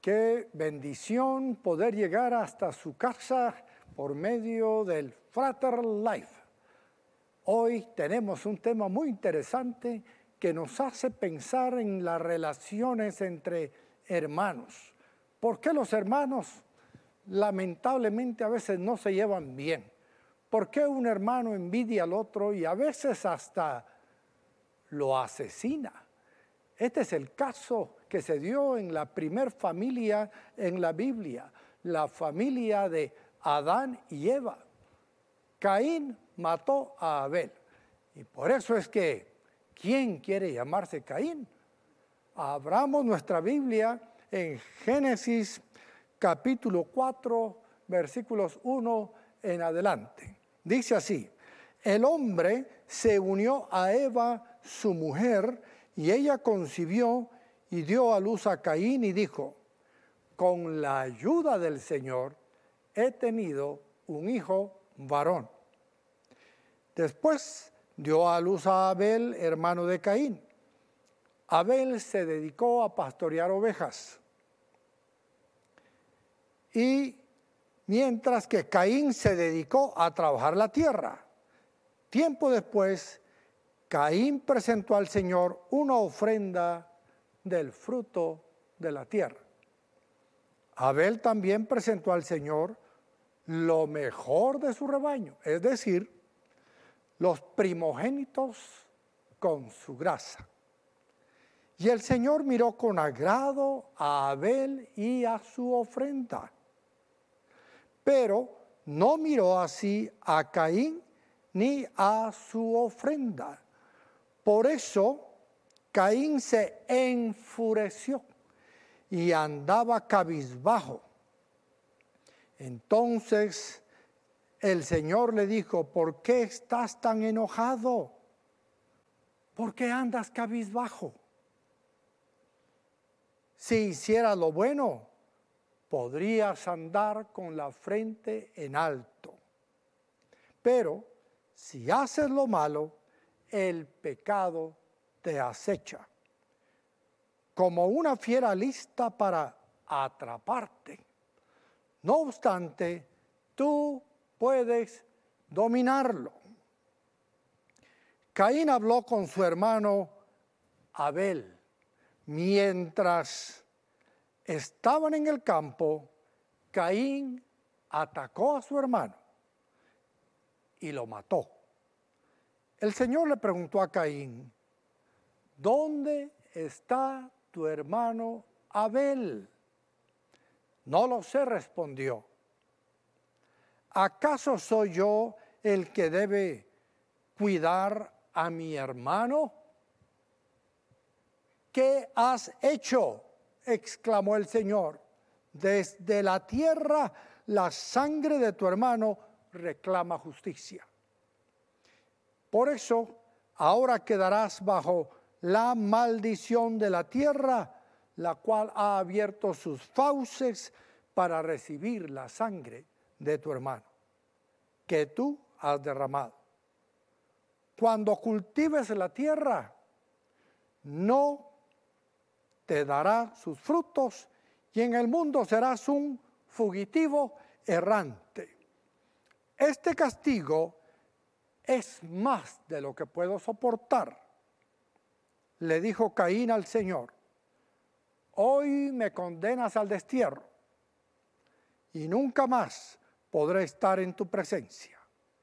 Qué bendición poder llegar hasta su casa por medio del Frater Life. Hoy tenemos un tema muy interesante que nos hace pensar en las relaciones entre hermanos. ¿Por qué los hermanos lamentablemente a veces no se llevan bien? ¿Por qué un hermano envidia al otro y a veces hasta lo asesina? Este es el caso que se dio en la primer familia en la Biblia, la familia de Adán y Eva. Caín mató a Abel. Y por eso es que, ¿quién quiere llamarse Caín? Abramos nuestra Biblia en Génesis capítulo 4, versículos 1 en adelante. Dice así: el hombre se unió a Eva, su mujer, y ella concibió y dio a luz a Caín y dijo: con la ayuda del Señor he tenido un hijo varón. Después dio a luz a Abel, hermano de Caín. Abel se dedicó a pastorear ovejas. Y mientras que Caín se dedicó a trabajar la tierra. Tiempo después, Caín presentó al Señor una ofrenda del fruto de la tierra. Abel también presentó al Señor lo mejor de su rebaño, es decir, los primogénitos con su grasa. Y el Señor miró con agrado a Abel y a su ofrenda, pero no miró así a Caín ni a su ofrenda. Por eso Caín se enfureció y andaba cabizbajo. Entonces el Señor le dijo: ¿por qué estás tan enojado? ¿Por qué andas cabizbajo? Si hicieras lo bueno, podrías andar con la frente en alto. Pero si haces lo malo, el pecado te acecha, como una fiera lista para atraparte. No obstante, tú puedes dominarlo. Caín habló con su hermano Abel. Mientras estaban en el campo, Caín atacó a su hermano y lo mató. El Señor le preguntó a Caín: ¿dónde está tu hermano Abel? No lo sé, respondió. ¿Acaso soy yo el que debe cuidar a mi hermano? ¿Qué has hecho?, exclamó el Señor. Desde la tierra la sangre de tu hermano reclama justicia. Por eso ahora quedarás bajo la maldición de la tierra, la cual ha abierto sus fauces para recibir la sangre de tu hermano, que tú has derramado. Cuando cultives la tierra, no te dará sus frutos, y en el mundo serás un fugitivo errante. Este castigo es más de lo que puedo soportar, le dijo Caín al Señor. Hoy me condenas al destierro y nunca más podré estar en tu presencia.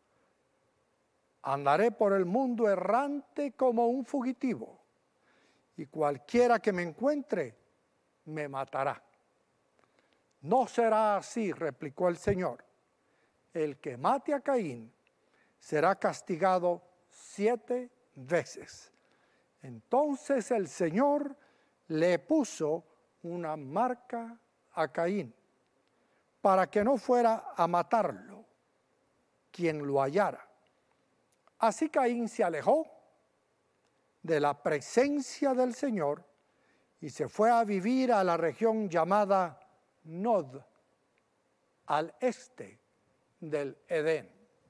Andaré por el mundo errante como un fugitivo, y cualquiera que me encuentre me matará. No será así, replicó el Señor. El que mate a Caín será castigado 7 veces. Entonces el Señor le puso una marca a Caín para que no fuera a matarlo quien lo hallara. Así Caín se alejó de la presencia del Señor y se fue a vivir a la región llamada Nod, al este del Edén.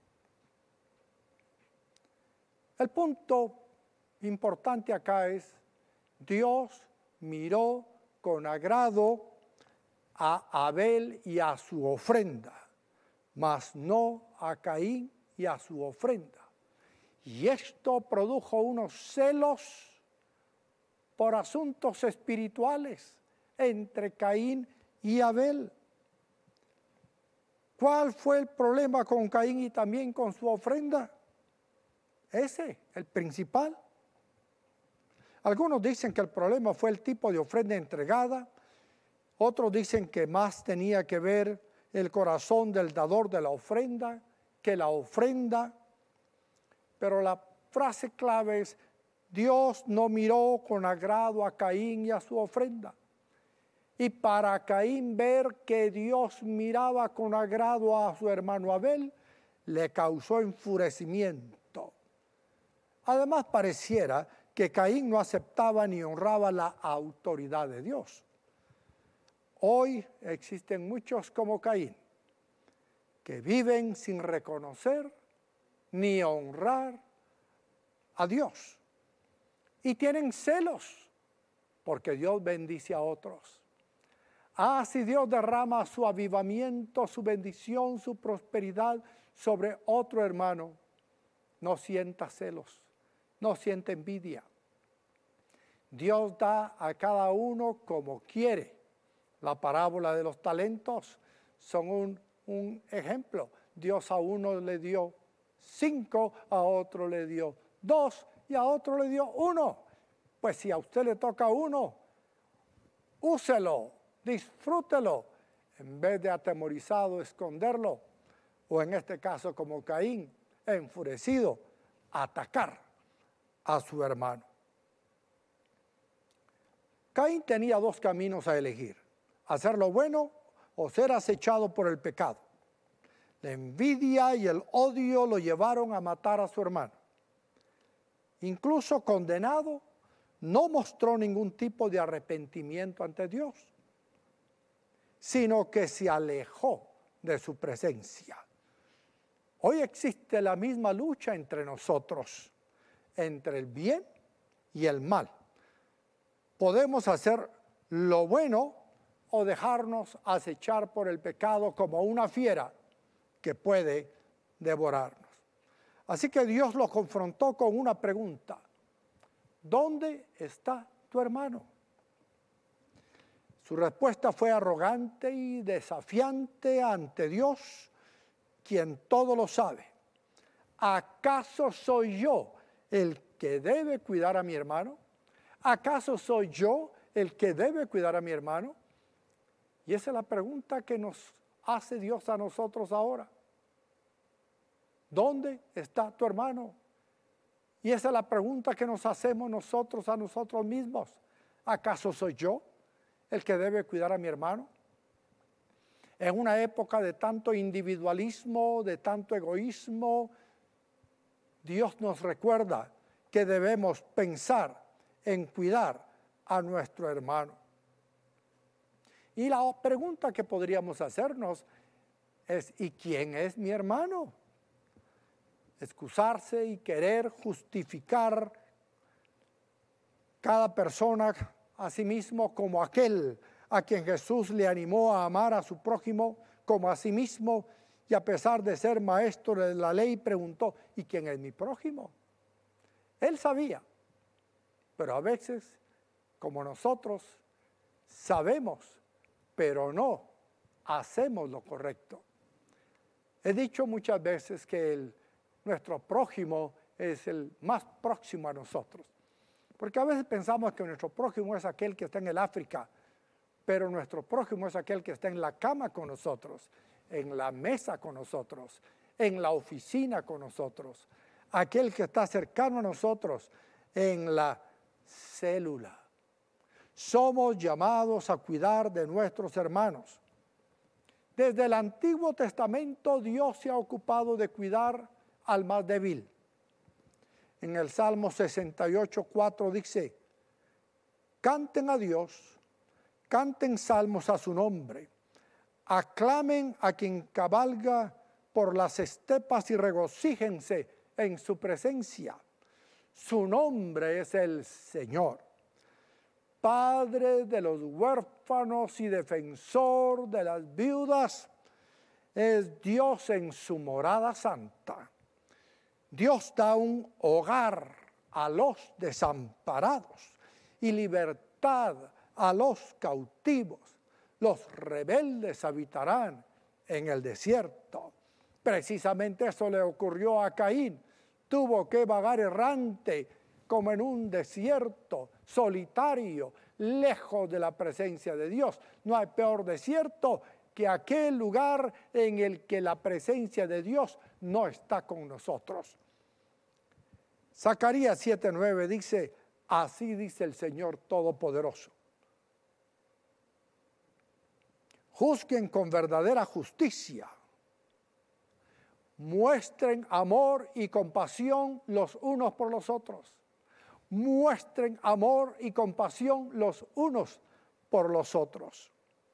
El punto importante acá es: Dios miró con agrado a Abel y a su ofrenda, mas no a Caín y a su ofrenda. Y esto produjo unos celos por asuntos espirituales entre Caín y Abel. ¿Cuál fue el problema con Caín y también con su ofrenda? Ese, el principal. Algunos dicen que el problema fue el tipo de ofrenda entregada. Otros dicen que más tenía que ver el corazón del dador de la ofrenda que la ofrenda. Pero la frase clave es: Dios no miró con agrado a Caín y a su ofrenda. Y para Caín ver que Dios miraba con agrado a su hermano Abel, le causó enfurecimiento. Además, pareciera que Caín no aceptaba ni honraba la autoridad de Dios. Hoy existen muchos como Caín, que viven sin reconocer ni honrar a Dios. Y tienen celos porque Dios bendice a otros. Si Dios derrama su avivamiento, su bendición, su prosperidad sobre otro hermano, no sienta celos, no sienta envidia. Dios da a cada uno como quiere. La parábola de los talentos son un ejemplo. Dios a uno le dio 5, a otro le dio 2 y a otro le dio 1. Pues si a usted le toca 1, úselo, disfrútelo, en vez de atemorizado esconderlo, o en este caso como Caín, enfurecido, atacar a su hermano. Caín tenía 2 caminos a elegir: hacer lo bueno o ser acechado por el pecado. La envidia y el odio lo llevaron a matar a su hermano. Incluso condenado, no mostró ningún tipo de arrepentimiento ante Dios, sino que se alejó de su presencia. Hoy existe la misma lucha entre nosotros, entre el bien y el mal. Podemos hacer lo bueno o dejarnos acechar por el pecado como una fiera que puede devorarnos. Así que Dios lo confrontó con una pregunta: ¿dónde está tu hermano? Su respuesta fue arrogante y desafiante ante Dios, quien todo lo sabe. ¿Acaso soy yo el que debe cuidar a mi hermano? ¿Acaso soy yo el que debe cuidar a mi hermano? Y esa es la pregunta que nos hace Dios a nosotros ahora. ¿Dónde está tu hermano? Y esa es la pregunta que nos hacemos nosotros a nosotros mismos. ¿Acaso soy yo el que debe cuidar a mi hermano? En una época de tanto individualismo, de tanto egoísmo, Dios nos recuerda que debemos pensar en cuidar a nuestro hermano. Y la pregunta que podríamos hacernos es: ¿y quién es mi hermano? Excusarse y querer justificar cada persona a sí mismo como aquel a quien Jesús le animó a amar a su prójimo como a sí mismo, y a pesar de ser maestro de la ley preguntó: ¿y quién es mi prójimo? Él sabía, pero a veces, como nosotros, sabemos, pero no hacemos lo correcto. He dicho muchas veces que nuestro prójimo es el más próximo a nosotros, porque a veces pensamos que nuestro prójimo es aquel que está en el África, pero nuestro prójimo es aquel que está en la cama con nosotros, en la mesa con nosotros, en la oficina con nosotros, aquel que está cercano a nosotros, en la célula. Somos llamados a cuidar de nuestros hermanos. Desde el Antiguo Testamento Dios se ha ocupado de cuidar al más débil. En el Salmo 68:4 dice: canten a Dios, canten salmos a su nombre, aclamen a quien cabalga por las estepas y regocíjense en su presencia. Su nombre es el Señor. Padre de los huérfanos y defensor de las viudas, es Dios en su morada santa. Dios da un hogar a los desamparados y libertad a los cautivos. Los rebeldes habitarán en el desierto. Precisamente eso le ocurrió a Caín. Tuvo que vagar errante como en un desierto, solitario, lejos de la presencia de Dios. No hay peor desierto que aquel lugar en el que la presencia de Dios no está con nosotros. Zacarías 7:9 dice, así dice el Señor Todopoderoso. Juzguen con verdadera justicia. Muestren amor y compasión los unos por los otros. Muestren amor y compasión los unos por los otros.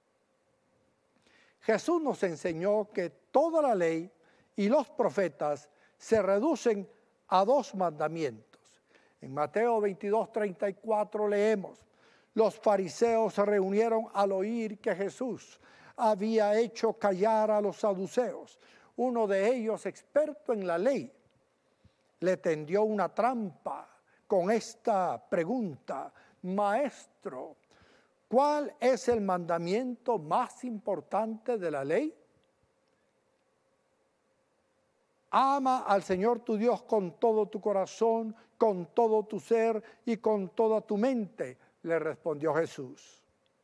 Jesús nos enseñó que toda la ley y los profetas se reducen a dos mandamientos. En Mateo 22:34 leemos, los fariseos se reunieron al oír que Jesús había hecho callar a los saduceos. Uno de ellos, experto en la ley, le tendió una trampa con esta pregunta: Maestro, ¿cuál es el mandamiento más importante de la ley? Ama al Señor tu Dios con todo tu corazón, con todo tu ser y con toda tu mente, le respondió Jesús.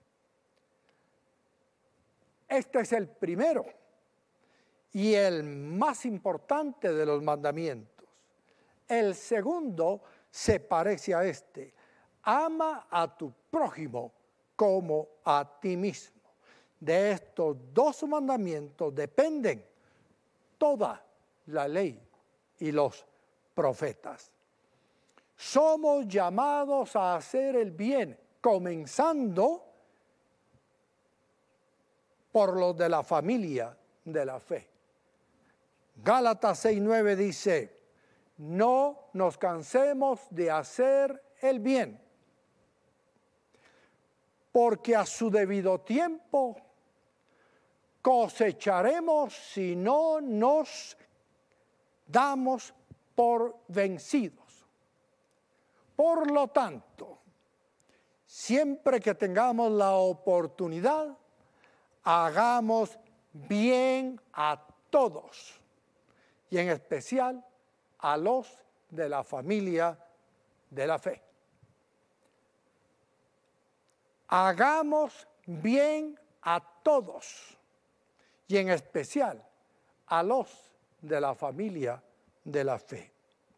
Este es el primero y el más importante de los mandamientos. El segundo se parece a este: ama a tu prójimo como a ti mismo. De estos dos mandamientos dependen toda la ley y los profetas. Somos llamados a hacer el bien, comenzando por los de la familia de la fe. Gálatas 6:9 dice, no nos cansemos de hacer el bien, porque a su debido tiempo cosecharemos si no nos damos por vencidos. Por lo tanto, siempre que tengamos la oportunidad, hagamos bien a todos, y en especial a los de la familia de la fe. Hagamos bien a todos, y en especial a los de la familia de la fe.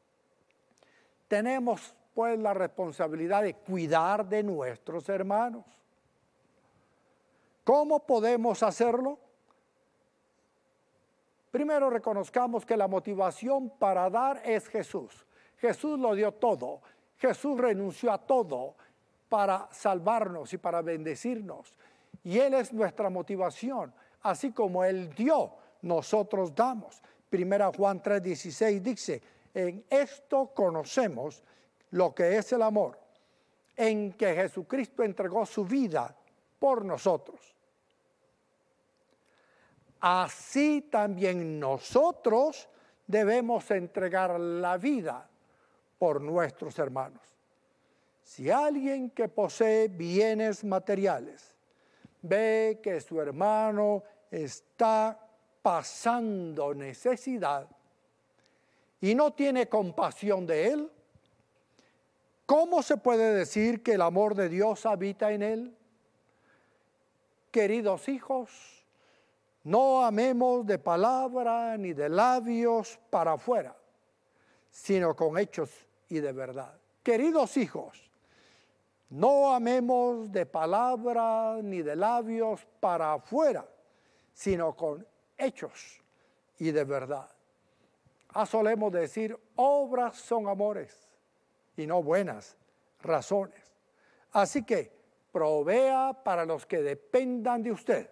Tenemos pues la responsabilidad de cuidar de nuestros hermanos. ¿Cómo podemos hacerlo? Primero reconozcamos que la motivación para dar es Jesús. Jesús lo dio todo. Jesús renunció a todo para salvarnos y para bendecirnos. Y Él es nuestra motivación. Así como Él dio, nosotros damos. Primera Juan 3:16 dice, en esto conocemos lo que es el amor, en que Jesucristo entregó su vida por nosotros. Así también nosotros debemos entregar la vida por nuestros hermanos. Si alguien que posee bienes materiales ve que su hermano está pasando necesidad y no tiene compasión de él, ¿cómo se puede decir que el amor de Dios habita en él? Queridos hijos, no amemos de palabra ni de labios para afuera, sino con hechos y de verdad. Queridos hijos, no amemos de palabra ni de labios para afuera, sino con hechos y de verdad. Solemos decir, obras son amores y no buenas razones. Así que provea para los que dependan de usted.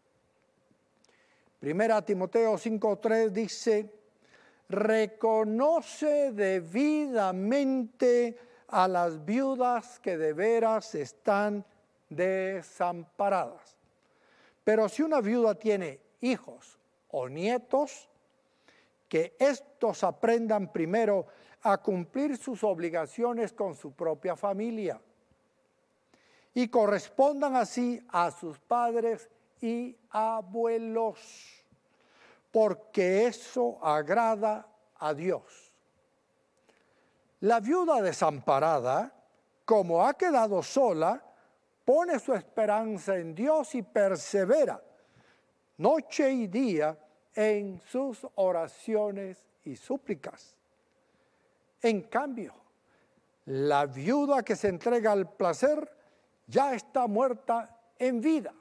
Primera Timoteo 5:3 dice, reconoce debidamente a las viudas que de veras están desamparadas. Pero si una viuda tiene hijos o nietos, que éstos aprendan primero a cumplir sus obligaciones con su propia familia y correspondan así a sus padres y abuelos, porque eso agrada a Dios. La viuda desamparada, como ha quedado sola, pone su esperanza en Dios y persevera noche y día en sus oraciones y súplicas. En cambio, la viuda que se entrega al placer ya está muerta en vida.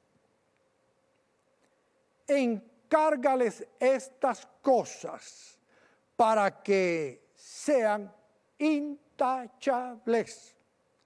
Encárgales estas cosas para que sean intachables.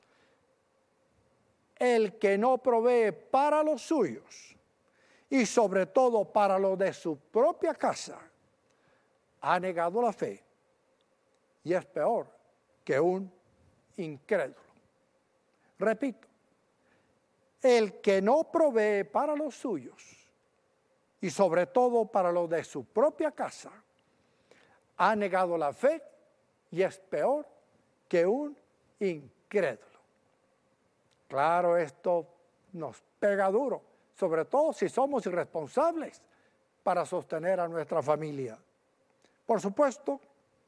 El que no provee para los suyos y sobre todo para lo de su propia casa, ha negado la fe y es peor que un incrédulo. Repito, el que no provee para los suyos y sobre todo para lo de su propia casa, ha negado la fe y es peor que un incrédulo. Claro, esto nos pega duro, sobre todo si somos irresponsables para sostener a nuestra familia. Por supuesto,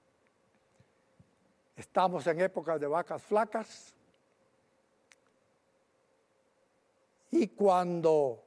estamos en épocas de vacas flacas y cuando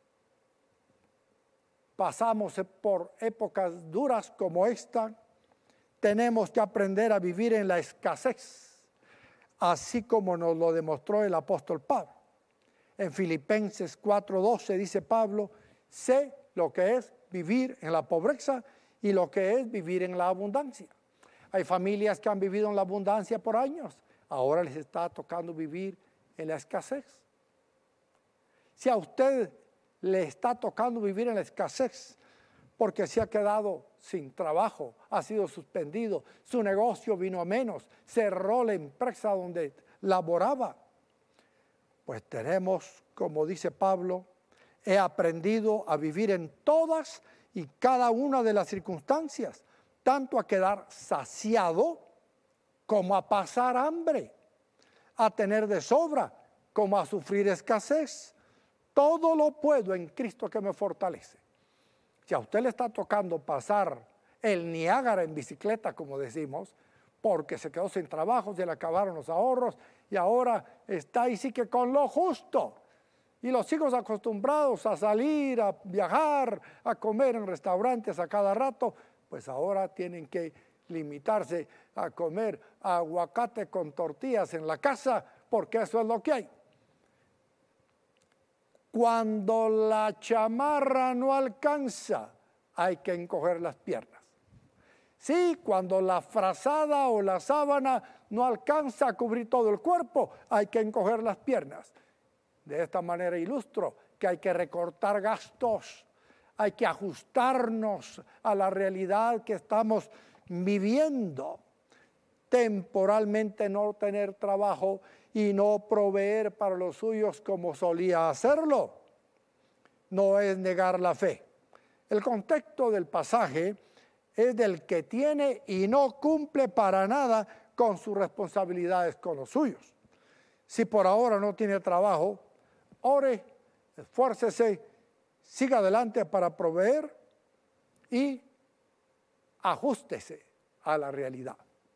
pasamos por épocas duras como esta, tenemos que aprender a vivir en la escasez, así como nos lo demostró el apóstol Pablo. En Filipenses 4:12 dice Pablo, sé lo que es vivir en la pobreza y lo que es vivir en la abundancia. Hay familias que han vivido en la abundancia por años, ahora les está tocando vivir en la escasez. Si a usted le está tocando vivir en la escasez porque se ha quedado sin trabajo, ha sido suspendido, su negocio vino a menos, cerró la empresa donde laboraba, pues tenemos, como dice Pablo, he aprendido a vivir en todas y cada una de las circunstancias, tanto a quedar saciado como a pasar hambre, a tener de sobra como a sufrir escasez. Todo lo puedo en Cristo que me fortalece. Si a usted le está tocando pasar el Niágara en bicicleta, como decimos, porque se quedó sin trabajo, se le acabaron los ahorros y ahora está ahí sí que con lo justo. Y los hijos acostumbrados a salir, a viajar, a comer en restaurantes a cada rato, pues ahora tienen que limitarse a comer aguacate con tortillas en la casa, porque eso es lo que hay. Cuando la chamarra no alcanza, hay que encoger las piernas. Sí, cuando la frazada o la sábana no alcanza a cubrir todo el cuerpo, hay que encoger las piernas. De esta manera ilustro que hay que recortar gastos, hay que ajustarnos a la realidad que estamos viviendo. Temporalmente no tener trabajo y no proveer para los suyos como solía hacerlo, no es negar la fe. El contexto del pasaje es del que tiene y no cumple para nada con sus responsabilidades con los suyos. Si por ahora no tiene trabajo, ore, esfuércese, siga adelante para proveer y ajústese a la realidad.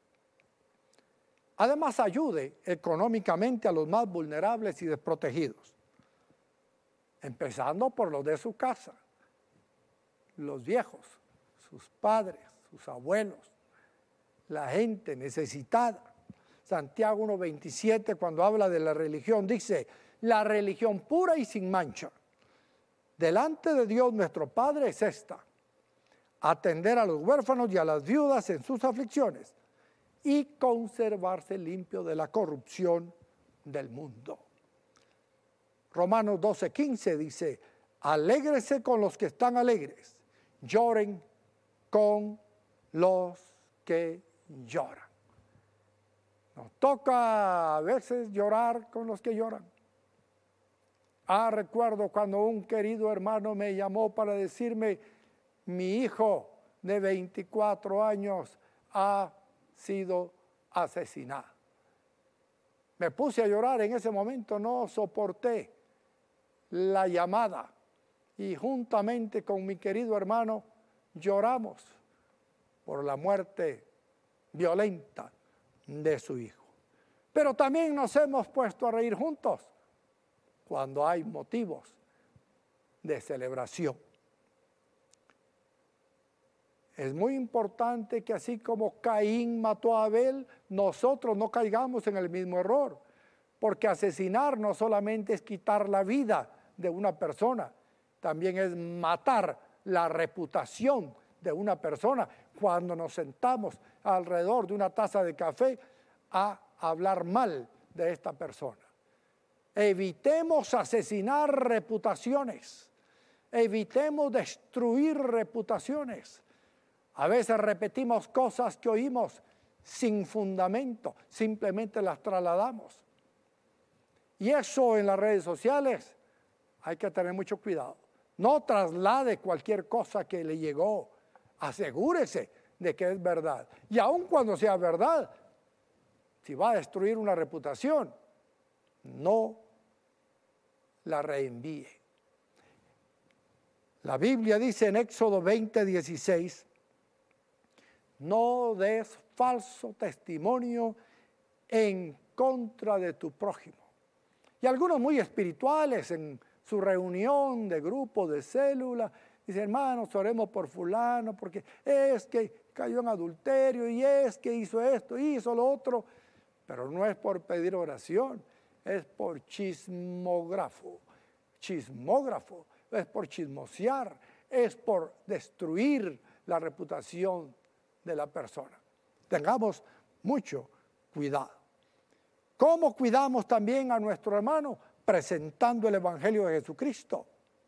Además, ayude económicamente a los más vulnerables y desprotegidos, empezando por los de su casa, los viejos, sus padres, sus abuelos, la gente necesitada. Santiago 1:27, cuando habla de la religión, dice, la religión pura y sin mancha delante de Dios nuestro Padre es esta: atender a los huérfanos y a las viudas en sus aflicciones y conservarse limpio de la corrupción del mundo. Romanos 12:15 dice, alégrese con los que están alegres, lloren con los que lloran. Nos toca a veces llorar con los que lloran. Recuerdo cuando un querido hermano me llamó para decirme, mi hijo de 24 años ha sido asesinado. Me puse a llorar en ese momento, no soporté la llamada y juntamente con mi querido hermano lloramos por la muerte violenta de su hijo. Pero también nos hemos puesto a reír juntos cuando hay motivos de celebración. Es muy importante que así como Caín mató a Abel, nosotros no caigamos en el mismo error, porque asesinar no solamente es quitar la vida de una persona, también es matar la reputación de una persona cuando nos sentamos alrededor de una taza de café a hablar mal de esta persona. Evitemos asesinar reputaciones, evitemos destruir reputaciones. A veces repetimos cosas que oímos sin fundamento, simplemente las trasladamos. Y eso en las redes sociales hay que tener mucho cuidado. No traslade cualquier cosa que le llegó, asegúrese de que es verdad. Y aun cuando sea verdad, si va a destruir una reputación, no la reenvíe. La Biblia dice en Éxodo 20:16, no des falso testimonio en contra de tu prójimo. Y algunos muy espirituales en su reunión de grupo, de célula, dicen, hermanos, oremos por fulano, porque es que cayó en adulterio y es que hizo esto, hizo lo otro. Pero no es por pedir oración, es por chismógrafo, es por chismosear, es por destruir la reputación de la persona. Tengamos mucho cuidado. ¿Cómo cuidamos también a nuestro hermano? Presentando el Evangelio de Jesucristo.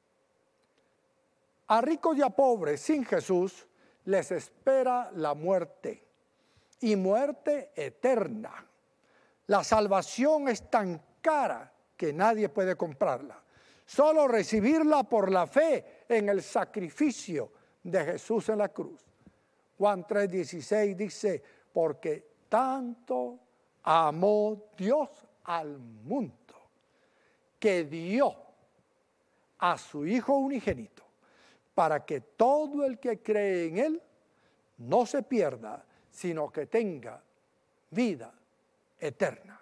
A ricos y a pobres sin Jesús les espera la muerte, y muerte eterna. La salvación es tan cara que nadie puede comprarla. Solo recibirla por la fe en el sacrificio de Jesús en la cruz. Juan 3:16 dice, porque tanto amó Dios al mundo, que dio a su Hijo unigénito, para que todo el que cree en Él no se pierda, sino que tenga vida eterna.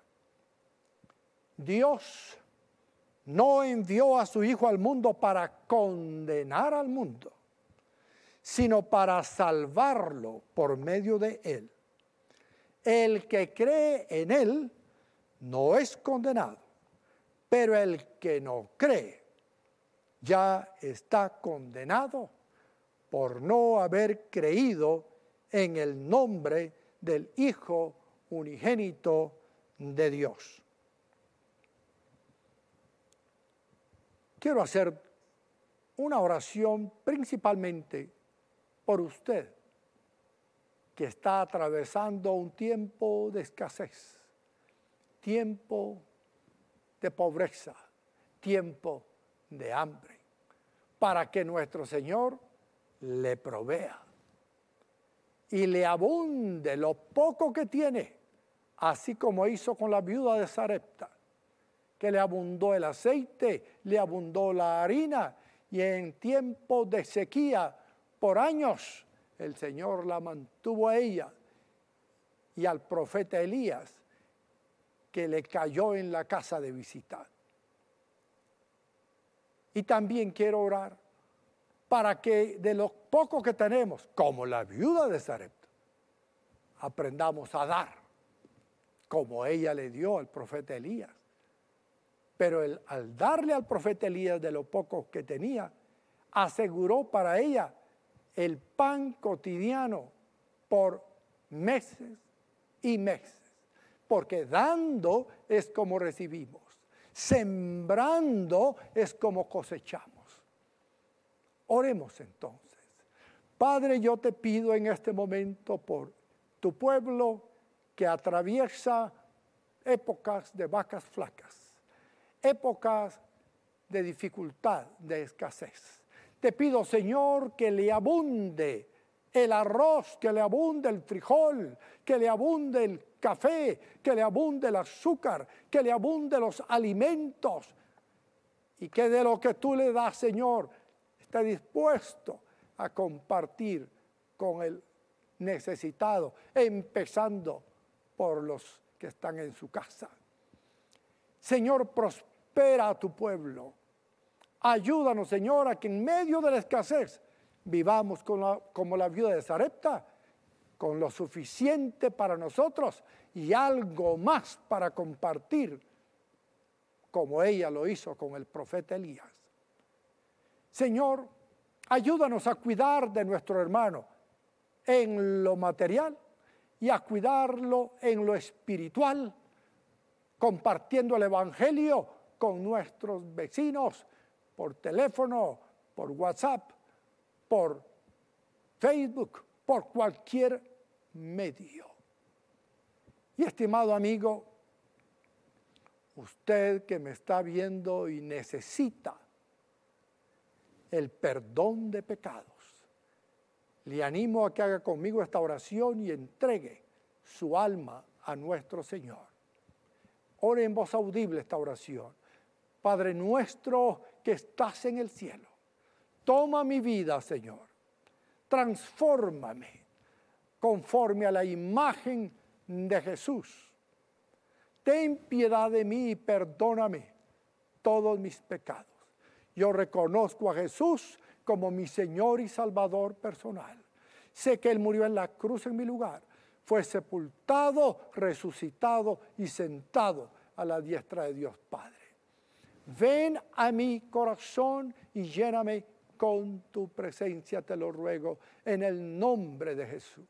Dios no envió a su Hijo al mundo para condenar al mundo, sino para salvarlo por medio de Él. El que cree en Él no es condenado, pero el que no cree ya está condenado por no haber creído en el nombre del Hijo unigénito de Dios. Quiero hacer una oración principalmente por usted, que está atravesando un tiempo de escasez, tiempo de pobreza, tiempo de hambre, para que nuestro Señor le provea y le abunde lo poco que tiene, así como hizo con la viuda de Sarepta, que le abundó el aceite, le abundó la harina, y en tiempo de sequía, por años, el Señor la mantuvo a ella y al profeta Elías, que le cayó en la casa de visita. Y también quiero orar para que de lo poco que tenemos, como la viuda de Sarepta, aprendamos a dar, como ella le dio al profeta Elías. Pero al darle al profeta Elías de lo poco que tenía, aseguró para ella el pan cotidiano por meses y meses. Porque dando es como recibimos, sembrando es como cosechamos. Oremos entonces. Padre, yo te pido en este momento por tu pueblo que atraviesa épocas de vacas flacas, épocas de dificultad, de escasez. Te pido, Señor, que le abunde el arroz, que le abunde el frijol, que le abunde el café, que le abunde el azúcar, que le abunde los alimentos, y que de lo que tú le das, Señor, esté dispuesto a compartir con el necesitado, empezando por los que están en su casa. Señor, prospera a tu pueblo. Ayúdanos, Señor, a que en medio de la escasez vivamos como la viuda de Sarepta, con lo suficiente para nosotros y algo más para compartir, como ella lo hizo con el profeta Elías. Señor, ayúdanos a cuidar de nuestro hermano en lo material y a cuidarlo en lo espiritual, compartiendo el evangelio con nuestros vecinos por teléfono, por WhatsApp, por Facebook, por cualquier medio. Y estimado amigo, usted que me está viendo y necesita el perdón de pecados, le animo a que haga conmigo esta oración y entregue su alma a nuestro Señor. Ore en voz audible esta oración. Padre nuestro que estás en el cielo, toma mi vida, Señor, transfórmame conforme a la imagen de Jesús. Ten piedad de mí y perdóname todos mis pecados. Yo reconozco a Jesús como mi Señor y Salvador personal. Sé que Él murió en la cruz en mi lugar. Fue sepultado, resucitado y sentado a la diestra de Dios Padre. Ven a mi corazón y lléname con tu presencia, te lo ruego, en el nombre de Jesús.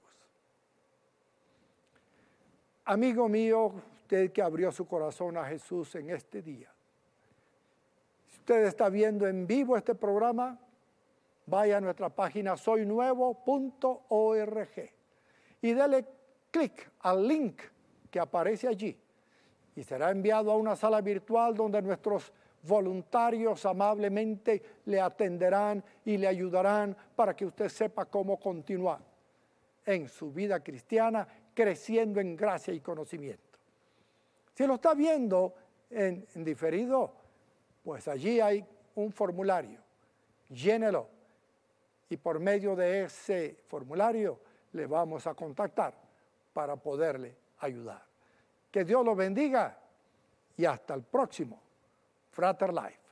Amigo mío, usted que abrió su corazón a Jesús en este día, si usted está viendo en vivo este programa, vaya a nuestra página soynuevo.org y dele clic al link que aparece allí y será enviado a una sala virtual donde nuestros voluntarios amablemente le atenderán y le ayudarán para que usted sepa cómo continuar en su vida cristiana, creciendo en gracia y conocimiento. Si lo está viendo en diferido, pues allí hay un formulario, llénelo y por medio de ese formulario le vamos a contactar para poderle ayudar. Que Dios lo bendiga y hasta el próximo Frater Life.